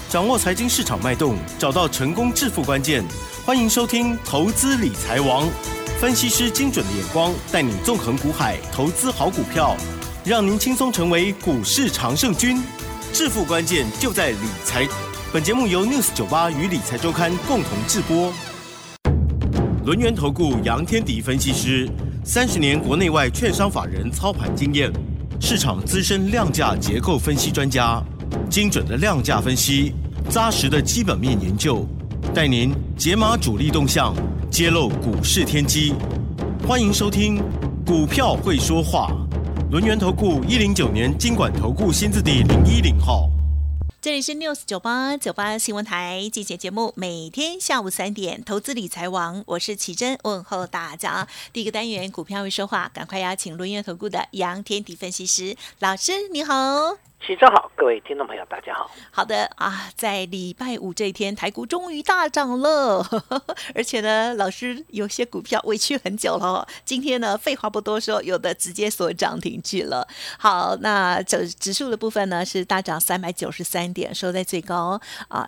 掌握财经市场脉动，找到成功致富关键。欢迎收听《投资理财王》，分析师精准的眼光，带你纵横股海，投资好股票，让您轻松成为股市常胜军。致富关键就在理财。本节目由 News98 与理财周刊共同制播。轮源投顾杨天迪分析师，30年国内外券商法人操盘经验，市场资深量价结构分析专家，精准的量价分析，扎实的基本面研究，带您解码主力动向，揭露股市天机。欢迎收听《股票会说话》，轮源投顾109年金管投顾新字第010号。 这里是 News98 新闻台，进行节目，每天下午3点，投资理财王，我是奇珍，问候大家。第一个单元股票会说话，赶快邀请轮源投顾的杨天迪分析师老师，你好。 齐正好，各位听众朋友，大家好。 好的啊，在礼拜五这一天，台股终于大涨了，而且呢，老师有些股票委屈很久了，今天呢，废话不多说，有的直接锁涨停去了。好，那指数的部分呢是大涨393点，收在最高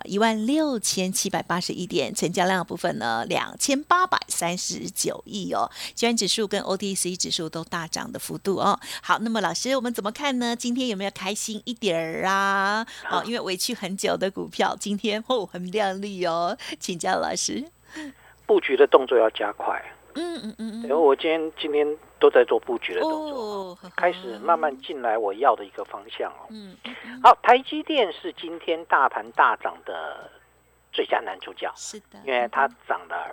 16781点，成交量的部分呢2839亿哦。虽然指数跟 OTC 指数都大涨的幅度哦。好，那么老师，我们怎么看呢？今天有没有开心一点儿啊？因为委屈很久的股票，今天很亮丽哦，请教老师。 布局的动作要加快。因为我今天都在做布局的动作，开始慢慢进来我要的一个方向哦。好，台积电是今天大盘大涨的最佳男主角， 是的， 因为它涨了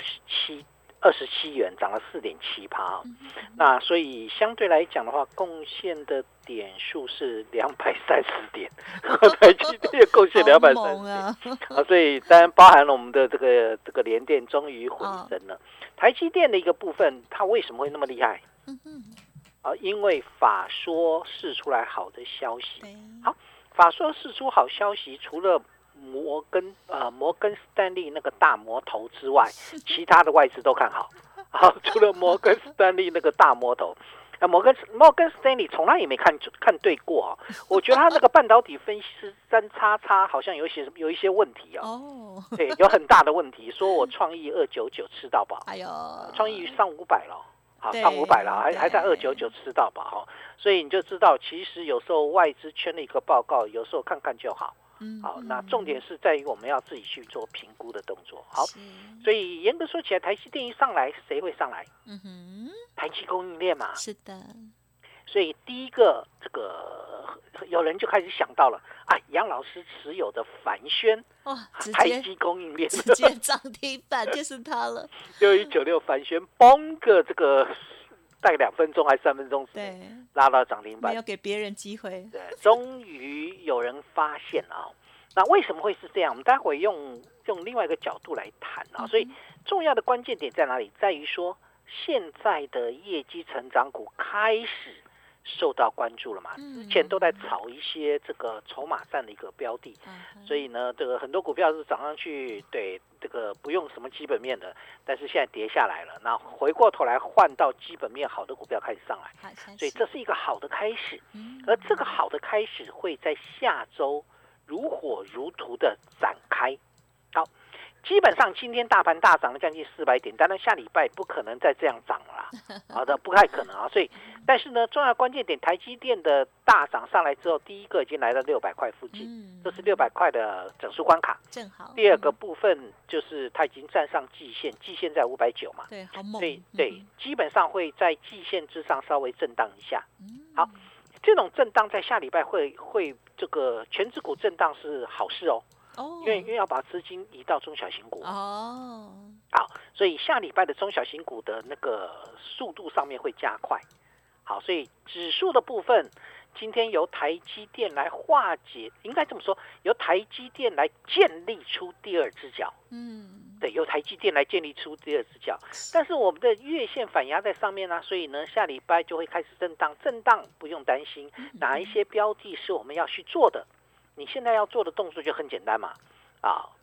27元，涨了4.7%哦。那所以相对来讲的话，贡献的点数是230点，台积电贡献230点所以当然包含了我们的这个联电终于回升了。台积电的一个部分，它为什么会那么厉害？因为法说释出来好的消息。好，法说释出好消息，除了摩根斯坦利那个大魔头之外，其他的外资都看好。好，除了摩根斯坦利那个大魔头，摩根斯坦利从来也没看对过我觉得他那个半导体分析师3XX好像有一些问题哦。对，有很大的问题。说我创意299吃到饱，创意上500了。好，上500了，还在299吃到饱所以你就知道，其实有时候外资圈了一个报告，有时候看看就好。好，那重点是在于我们要自己去做评估的动作。好，所以严格说起来，台积电一上来，谁会上来？台积供应链嘛。是的。所以第一个，这个有人就开始想到了，杨老师持有的凡轩，台积供应链直接涨停板就是它了。 6196凡轩崩个这个。大概2分钟还3分钟，对，拉到涨停板， 没有给别人机会。 对，终于有人发现那为什么会是这样？我们待会用另外一个角度来谈所以重要的关键点在哪里？在于说现在的业绩成长股开始受到关注了嘛？之前都在炒一些这个筹码战的一个标的，所以呢，这个很多股票是涨上去，对，这个不用什么基本面的，但是现在跌下来了，那回过头来换到基本面好的股票开始上来，所以这是一个好的开始。而这个好的开始会在下周如火如荼的展开。好。基本上今天大盘大涨了将近400点，当然下礼拜不可能再这样涨了啦，好的，不太可能所以，但是呢，重要关键点，台积电的大涨上来之后，第一个已经来到600块附近，这是600块的整数关卡，正好。第二个部分就是它已经站上季线，季线在590嘛，对，好猛，所以对，基本上会在季线之上稍微震荡一下。好，这种震荡在下礼拜会这个全指股震荡是好事因为要把资金移到中小型股好，所以下礼拜的中小型股的那个速度上面会加快。好，所以指数的部分，今天由台积电来化解，应该这么说，由台积电来建立出第二只脚。对，由台积电来建立出第二只脚。但是我们的月线反压在上面所以呢，下礼拜就会开始震荡不用担心。哪一些标的是我们要去做的？你现在要做的动作就很简单嘛，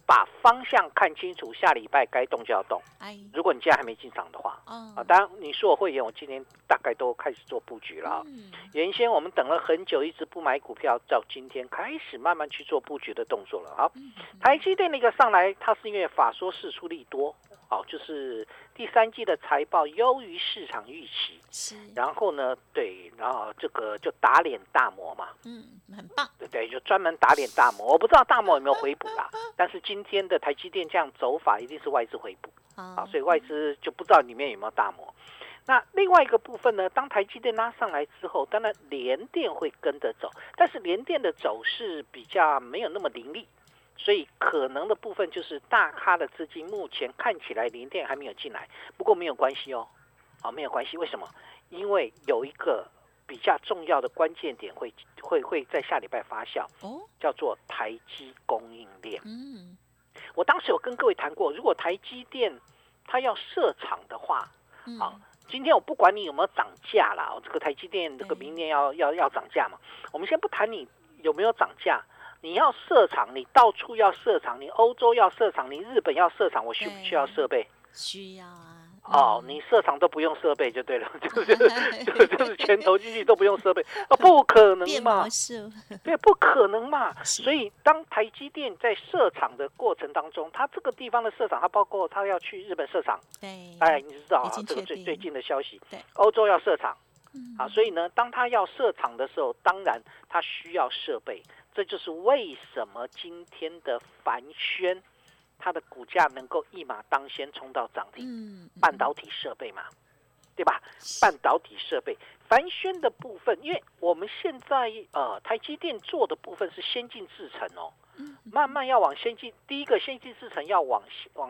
把方向看清楚，下礼拜该动就要动。如果你现在还没进场的话，当然你说我会员，我今天大概都开始做布局了。原先我们等了很久，一直不买股票，到今天开始慢慢去做布局的动作了。好，台积电那个上来，它是因为法说释出利多。就是第三季的财报优于市场预期，然后呢，对，然后这个就打脸大摩嘛， 很棒， 对，就专门打脸大摩。我不知道大摩有没有回补啦，但是今天的台积电这样走法，一定是外资回补，所以外资就不知道里面有没有大摩。那另外一个部分呢，当台积电拉上来之后，当然联电会跟着走，但是联电的走势比较没有那么凌厉。所以可能的部分就是大咖的资金目前看起来联电还没有进来，不过没有关系哦，没有关系，为什么？因为有一个比较重要的关键点会在下礼拜发酵，叫做台积供应链。我当时有跟各位谈过，如果台积电它要设厂的话，今天我不管你有没有涨价啦，这个台积电这个明年要涨价嘛，我们先不谈你有没有涨价。你要设厂，你到处要设厂，你欧洲要设厂，你日本要设厂，我需不需要设备？ 需要啊。 你设厂都不用设备就对了，就是钱投进去都不用设备，不可能嘛？对，不可能嘛。所以当台积电在设厂的过程当中，它这个地方的设厂，它包括它要去日本设厂，对，你知道这个最近的消息，欧洲要设厂。所以呢，当他要设厂的时候，当然他需要设备，这就是为什么今天的凡轩，它的股价能够一马当先冲到涨停，半导体设备嘛，对吧？半导体设备，凡轩的部分，因为我们现在台积电做的部分是先进制程哦，慢慢要往先进，第一个先进制程要往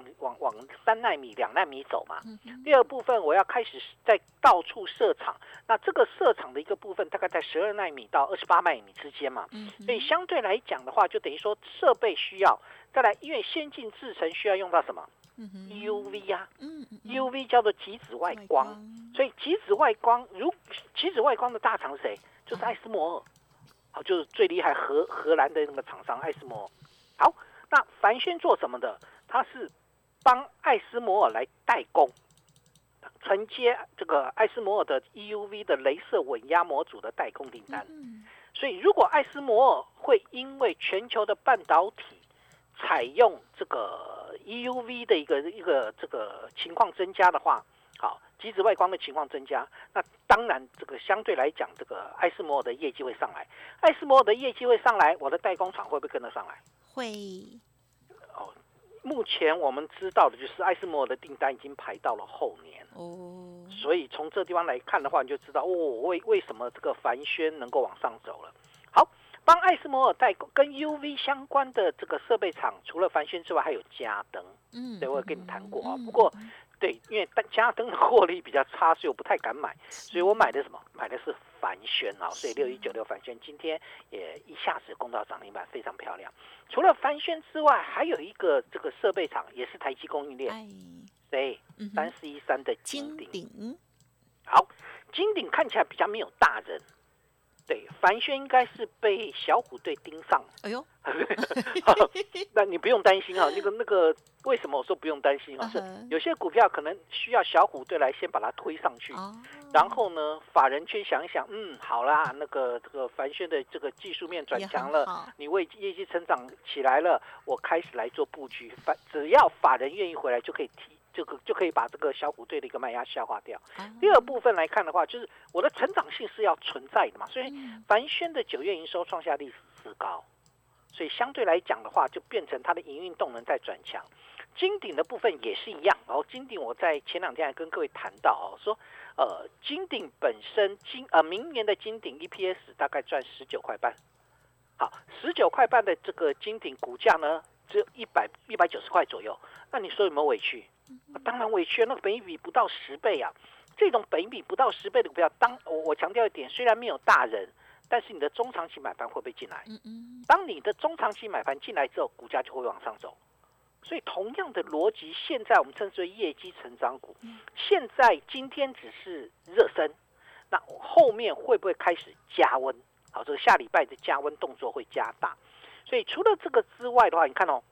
3奈米、2奈米走嘛。第二部分我要开始在到处设厂，那这个设厂的一个部分大概在12奈米到28奈米之间嘛。所以相对来讲的话，就等于说设备需要，再来因为先进制程需要用到什么？UV 啊，UV 叫做极紫外光，所以极紫外光的大厂是谁？就是艾斯摩尔。就是最厉害荷兰的那个厂商艾斯摩尔。好，那凡轩做什么的？他是帮艾斯摩尔来代工，承接这个艾斯摩尔的 EUV 的雷射稳压模组的代工订单。所以如果艾斯摩尔会因为全球的半导体采用这个 EUV 的一个这个情况增加的话，极紫外光的情况增加，那当然这个相对来讲，这个艾斯摩尔的业绩会上来。艾斯摩尔的业绩会上来，我的代工厂会不会跟得上来？ 会。 目前我们知道的就是艾斯摩尔的订单已经排到了后年。所以从这地方来看的话，你就知道为什么这个凡轩能够往上走了。好，帮艾斯摩尔代工跟 UV 相关的这个设备厂，除了凡轩之外，还有嘉登。对，我有跟你谈过啊。不过对，因为嘉登的获利比较差，所以我不太敢买，所以我买的什么？买的是凡轩啊，所以6196凡轩今天也一下子攻到涨停板，非常漂亮。除了凡轩之外，还有一个这个设备厂也是台积供应链，对，3413的金鼎。好，金鼎看起来比较没有大人。对，凡轩应该是被小虎队盯上。哎呦，那你不用担心啊。那个，为什么我说不用担心啊？是有些股票可能需要小虎队来先把它推上去，然后呢，法人圈想一想，好啦，这个凡轩的这个技术面转强了，你为业绩成长起来了，我开始来做布局。只要法人愿意回来，就可以就可以把这个小虎队的一个卖压消化掉。第二部分来看的话，就是我的成长性是要存在的嘛，所以凡轩的9月营收创下历史新高，所以相对来讲的话，就变成它的营运动能在转强。金鼎的部分也是一样，金鼎我在前2天还跟各位谈到说，金鼎本身明年的金鼎 EPS 大概赚19块半，好，19块半的这个金鼎股价呢，只有190块左右，那你说有没有委屈？当然委屈，那个本益比不到10倍啊！这种本益比不到10倍的股票，我强调一点，虽然没有大人，但是你的中长期买盘会不会进来？当你的中长期买盘进来之后，股价就会往上走。所以同样的逻辑，现在我们称之为业绩成长股。现在今天只是热身，那后面会不会开始加温？好，这个下礼拜的加温动作会加大。所以除了这个之外的话，你看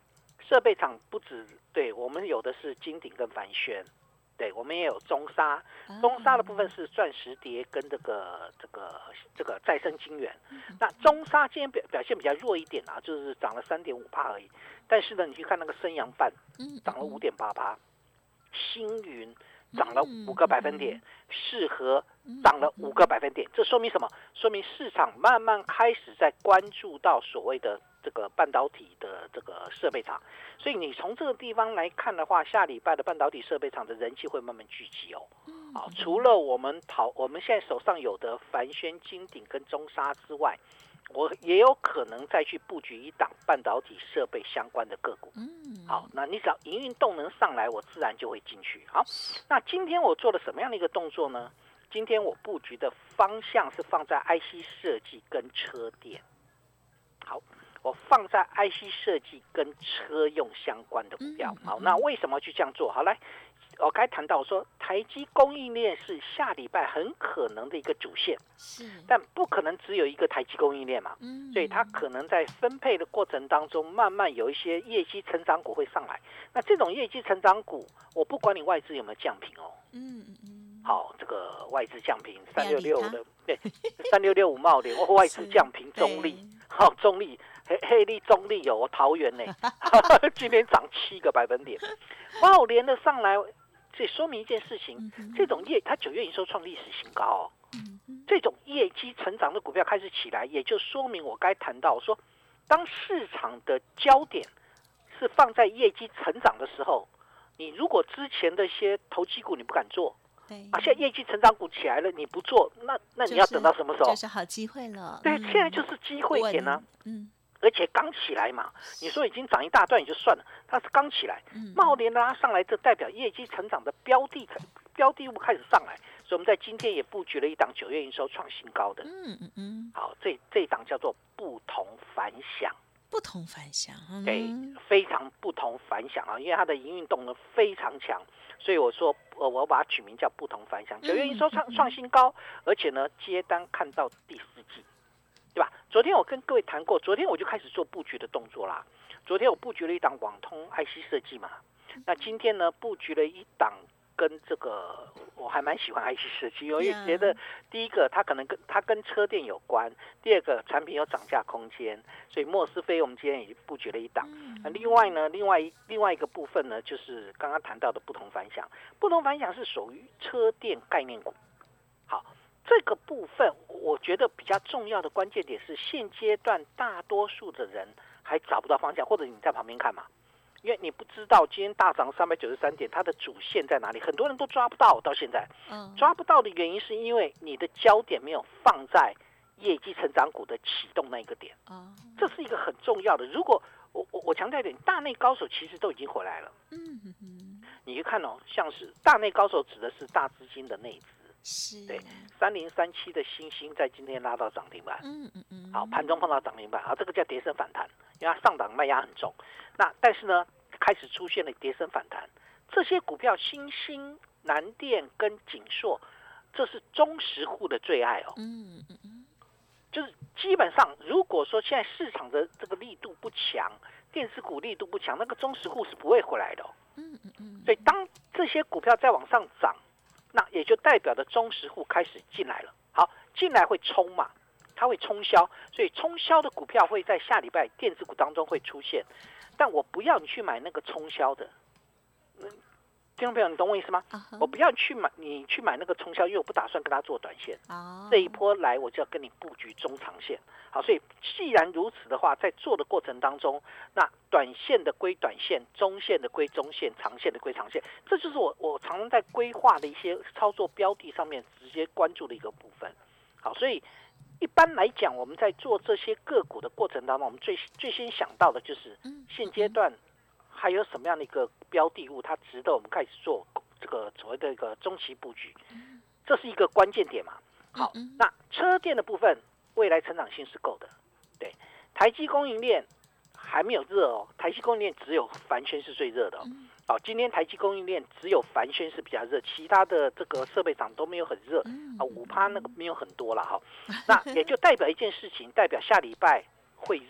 设备厂不止，对我们有的是金鼎跟凡轩，对我们也有中砂，中砂的部分是钻石碟跟这个再生晶圆。那中砂今天表现比较弱一点啊，就是涨了3.5%而已。但是呢，你去看那个升阳半，涨了5.8%，星云涨了5个百分点，适合涨了5个百分点。这说明什么？说明市场慢慢开始在关注到所谓的这个半导体的这个设备厂。所以你从这个地方来看的话，下礼拜的半导体设备厂的人气会慢慢聚集哦。好，除了我们现在手上有的凡轩、金鼎跟中砂之外，我也有可能再去布局一档半导体设备相关的个股。好，那你只要营运动能上来，我自然就会进去。好，那今天我做了什么样的一个动作呢？今天我布局的方向是放在 IC 设计跟车电。好，我放在 IC 设计跟车用相关的股票。好，那为什么去这样做？好，来，我刚才谈到说，台积供应链是下礼拜很可能的一个主线，但不可能只有一个台积供应链嘛，所以它可能在分配的过程当中，慢慢有一些业绩成长股会上来。那这种业绩成长股，我不管你外资有没有降评哦，好，这个外资降评3665的，对，3665茂联，或外资降评中立，好，中立。黑利中立有桃园呢，今天涨7个百分点，茂联的上来，这说明一件事情，这种它9月营收创历史新高哦，这种业绩成长的股票开始起来，也就说明我该谈到说，当市场的焦点是放在业绩成长的时候，你如果之前的一些投机股你不敢做。现在业绩成长股起来了，你不做，那你要等到什么时候？ 就是好机会了。 对，现在就是机会点呢。而且刚起来嘛，你说已经涨一大段也就算了，它是刚起来，茂联拉上来，这代表业绩成长的标的物开始上来，所以我们在今天也布局了一档9月营收创新高的。好，这一档叫做不同凡响。 不同凡响， 对，非常不同凡响啊，因为它的营运动能非常强，所以我说我把它取名叫不同凡响。9月营收创新高，而且呢接单看到第4季。对吧？昨天我跟各位谈过，昨天我就开始做布局的动作啦。昨天我布局了一档网通 IC 设计嘛，那今天呢布局了一档跟这个我还蛮喜欢 IC 设计，因为觉得第一个它可能跟车电有关，第二个产品有涨价空间，所以莫斯菲我们今天也布局了一档。另外呢，另外一个部分呢，就是刚刚谈到的不同凡响，不同凡响是属于车电概念股。好。这个部分我觉得比较重要的关键点是，现阶段大多数的人还找不到方向，或者你在旁边看嘛，因为你不知道今天大涨393点，它的主线在哪里，很多人都抓不到，到现在，抓不到的原因是因为你的焦点没有放在业绩成长股的启动那一个点，这是一个很重要的。如果我强调一点，大内高手其实都已经回来了，你去看哦，像是大内高手指的是大资金的内资。对，3037的星星在今天拉到涨停板，好，盘中碰到涨停板，好，这个叫跌升反弹，因为它上档卖压很重。那但是呢，开始出现了跌升反弹，这些股票星星、南电跟景硕，这是中实户的最爱哦。就是基本上，如果说现在市场的这个力度不强，电子股力度不强，那个中实户是不会回来的哦。所以当这些股票再往上涨，那也就代表着中实户开始进来了。好，进来会冲嘛，它会冲销，所以冲销的股票会在下礼拜电子股当中会出现。但我不要你去买那个冲销的，听众朋友，你懂我意思吗？我不要你去买那个冲销，因为我不打算跟他做短线。这一波来，我就要跟你布局中长线。好，所以既然如此的话，在做的过程当中，那短线的归短线，中线的归中线，长线的归长线，这就是我常常在规划的一些操作标的上面直接关注的一个部分。好，所以一般来讲，我们在做这些个股的过程当中，我们最先想到的就是现阶段还有什么样的一个标的物，它值得我们开始做这个所谓的一个中期布局，这是一个关键点嘛。好，那车电的部分，未来成长性是够的。对，台积供应链还没有热哦，台积供应链只有凡轩是最热的哦。好，今天台积供应链只有凡轩是比较热，其他的这个设备厂都没有很热啊，5%那个没有很多了哈。那也就代表一件事情，代表下礼拜会热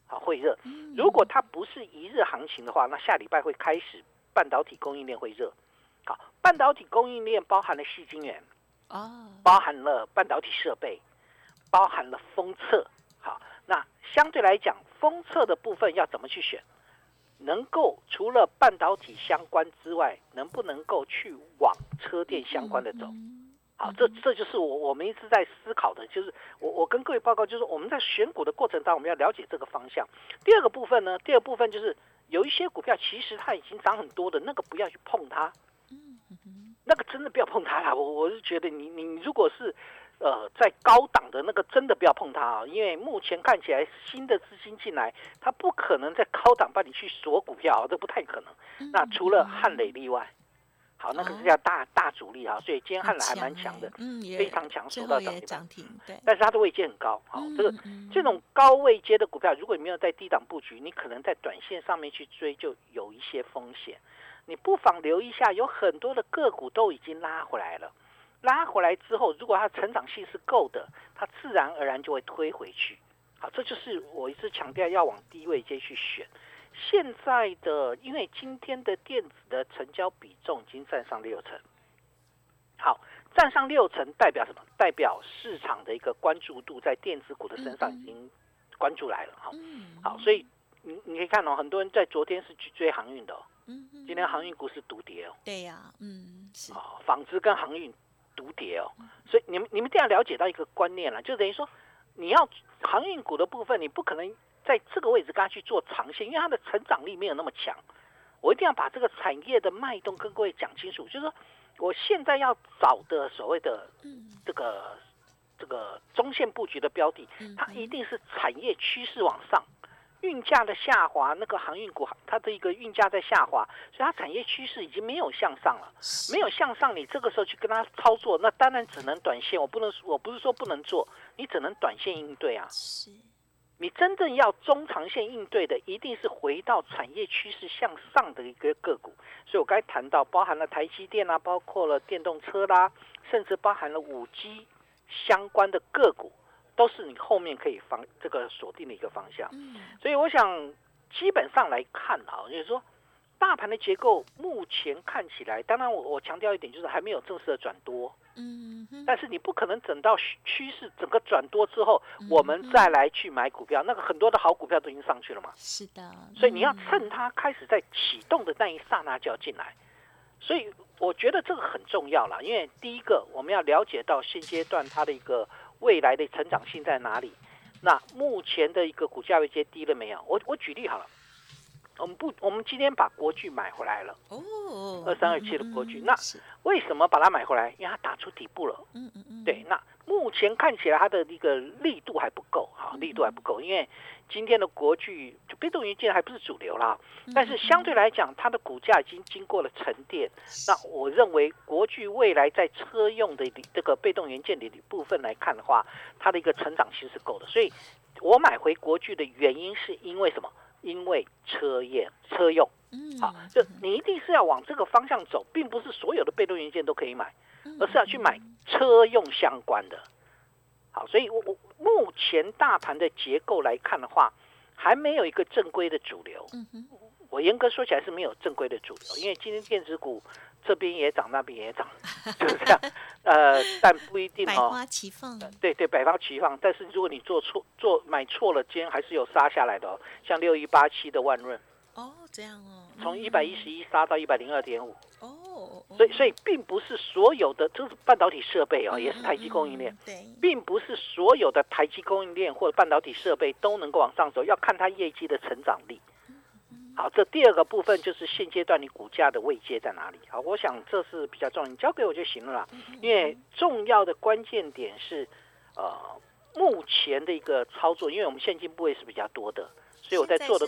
好，会热。如果它不是一日行情的话，那下礼拜会开始半导体供应链会热。好，半导体供应链包含了矽晶圆，包含了半导体设备，包含了封测。好，那相对来讲，封测的部分要怎么去选？能够除了半导体相关之外，能不能够去往车电相关的走？好，这就是我们一直在思考的，就是我跟各位报告，就是我们在选股的过程当中，我们要了解这个方向。第二个部分呢，就是有一些股票其实它已经涨很多的，那个不要去碰它，那个真的不要碰它啦。我是觉得你如果是在高档的那个真的不要碰它啊，因为目前看起来新的资金进来，它不可能在高档帮你去锁股票，这不太可能。那除了汉磊例外。好，那个是叫大主力啊，所以今天汉磊还蛮强的，非常强，收到涨停。对，但是它的位阶很高。好，这种高位阶的股票，如果你没有在低档布局，你可能在短线上面去追，就有一些风险。你不妨留意一下，有很多的个股都已经拉回来了。拉回来之后，如果它的成长性是够的，它自然而然就会推回去。好，这就是我一直强调要往低位阶去选。现在的，因为今天的电子的成交比重已经占上60%，好，占上60%代表什么？代表市场的一个关注度在电子股的身上已经关注来了。好，所以你可以看到，很多人在昨天是去追航运的，今天航运股是独跌哦。 对呀，是纺织跟航运独跌哦。所以你们一定要了解到一个观念了，就等于说，你要航运股的部分，你不可能在这个位置跟它去做长线，因为它的成长力没有那么强。我一定要把这个产业的脉动跟各位讲清楚，就是说我现在要找的所谓的这个中线布局的标的，它一定是产业趋势往上，运价的下滑，那个航运股它的一个运价在下滑，所以它产业趋势已经没有向上了，没有向上，你这个时候去跟它操作，那当然只能短线。我不是说不能做，你只能短线应对啊。你真正要中长线应对的，一定是回到产业趋势向上的一个个股。所以我刚才谈到，包含了台积电啊，包括了电动车啦，甚至包含了5G 相关的个股，都是你后面可以这个锁定的一个方向。所以我想基本上来看啊，就是说大盘的结构目前看起来，当然我强调一点，就是还没有正式的转多。但是你不可能等到趋势整个转多之后，我们再来去买股票，那个很多的好股票都已经上去了嘛。 是的， 所以你要趁它开始在启动的那一刹那就要进来。所以我觉得这个很重要啦，因为第一个我们要了解到现阶段它的一个未来的成长性在哪里。那目前的一个股价位阶低了没有？我举例好了。我们今天把国巨买回来了，2327的国巨，那为什么把它买回来？因为它打出底部了。对，那目前看起来它的一个力度还不够，力度还不够，因为今天的国巨就被动元件还不是主流啦，但是相对来讲，它的股价已经经过了沉淀。那我认为国巨未来在车用的这个被动元件的部分来看的话，它的一个成长性是够的，所以我买回国巨的原因是因为什么？因为车用，好，就你一定是要往这个方向走，并不是所有的被动元件都可以买，而是要去买车用相关的。好，所以我目前大盘的结构来看的话，还没有一个正规的主流。我严格说起来是没有正规的主流，因为今天电子股这边也涨，那边也涨，就是这样。但不一定哦。百花齐放。 对，百花齐放。但是如果你买错了，今天还是有杀下来的哦。像6187的万润。 这样哦。 从111杀到102.5。所以并不是所有的，这是半导体设备哦，也是台积供应链。 对。 并不是所有的台积供应链或者半导体设备都能够往上走，要看它业绩的成长力。好，这第二个部分就是现阶段你股价的位阶在哪里？好，我想这是比较重要，你交给我就行了啦。因为重要的关键点是，目前的一个操作，因为我们现金部位是比较多的，所以我在做的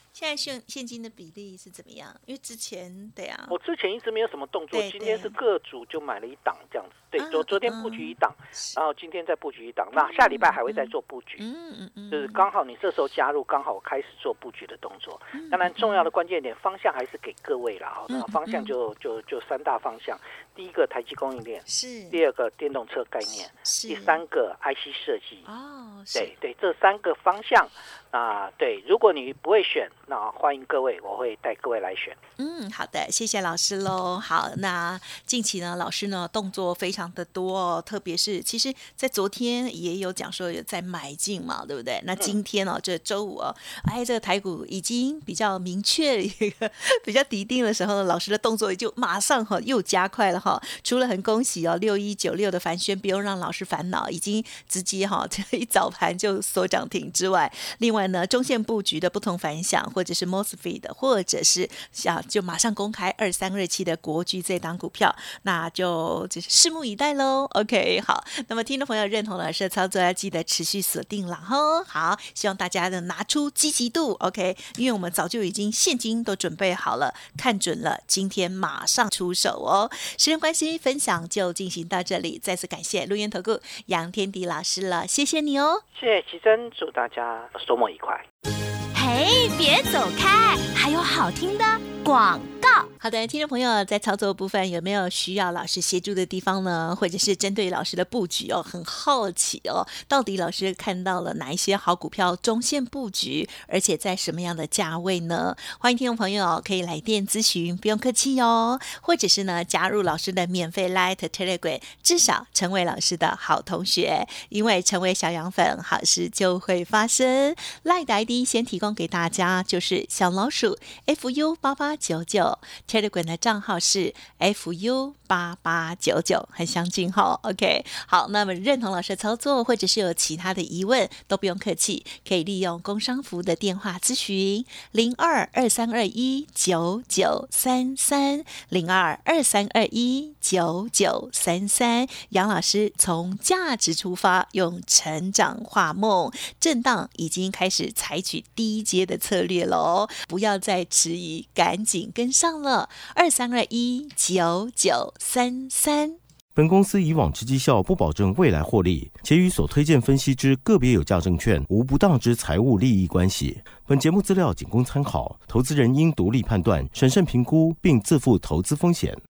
现在现金的比例是怎么样？因为之前对啊， 我之前一直没有什么动作， 对今天是各组就买了一档这样子。对，昨天布局一档，然后今天再布局一档，那下礼拜还会再做布局。就是刚好你这时候加入，刚好我开始做布局的动作。当然，重要的关键点方向还是给各位啦。那方向就3大方向：第一个台积供应链， 是； 第二个电动车概念，第三个 IC 设计。 哦， 对，这3个方向。对，如果你不会选，那欢迎各位，我会带各位来选。 好的，谢谢老师喽。好，那近期呢，老师呢动作非常的多哦，特别是其实在昨天也有讲说有在买进嘛，对不对？那今天哦，这周五哦，这个台股已经比较明确一个比较底定的时候，老师的动作也就马上又加快了哈。除了很恭喜哦6196的凡轩不用让老师烦恼，已经直接这一早盘就锁涨停之外，另外呢，中线布局的不同凡响，或者是 MOSFET 的，或者是就马上公开2327的国巨这档股票，那就是拭目以待喽。OK， 好，那么听众朋友认同老师的操作，要记得持续锁定了哈。好，希望大家呢拿出积极度 ，OK， 因为我们早就已经现金都准备好了，看准了，今天马上出手哦。时间关系，分享就进行到这里，再次感谢陆源投顾杨天迪老师了，谢谢你哦。 谢谢奇珍，祝大家周末愉快。 嘿，别走开，还有好听的广告。 好的，听众朋友，在操作部分有没有需要老师协助的地方呢？或者是针对老师的布局哦，很好奇哦，到底老师看到了哪一些好股票中线布局，而且在什么样的价位呢？欢迎听众朋友可以来电咨询，不用客气哦，或者是呢加入老师的免费 Light Telegram， 至少成为老师的好同学，因为成为小羊粉，好事就会发生。Light 的 ID 先提供给大家，就是小老鼠 FU8899。Telegram 的账号是 FU8899， 很相近哈。OK， 好，那么认同老师的操作，或者是有其他的疑问，都不用客气，可以利用工商服务的电话咨询0223219933 0223219933。杨老师从价值出发，用成长画梦，震荡已经开始采取低阶的策略喽，不要再迟疑，赶紧跟上了。23219933。 本公司以往之绩效不保证未来获利，且与所推荐分析之个别有价证券无不当之财务利益关系。本节目资料仅供参考，投资人应独立判断、审慎评估，并自负投资风险。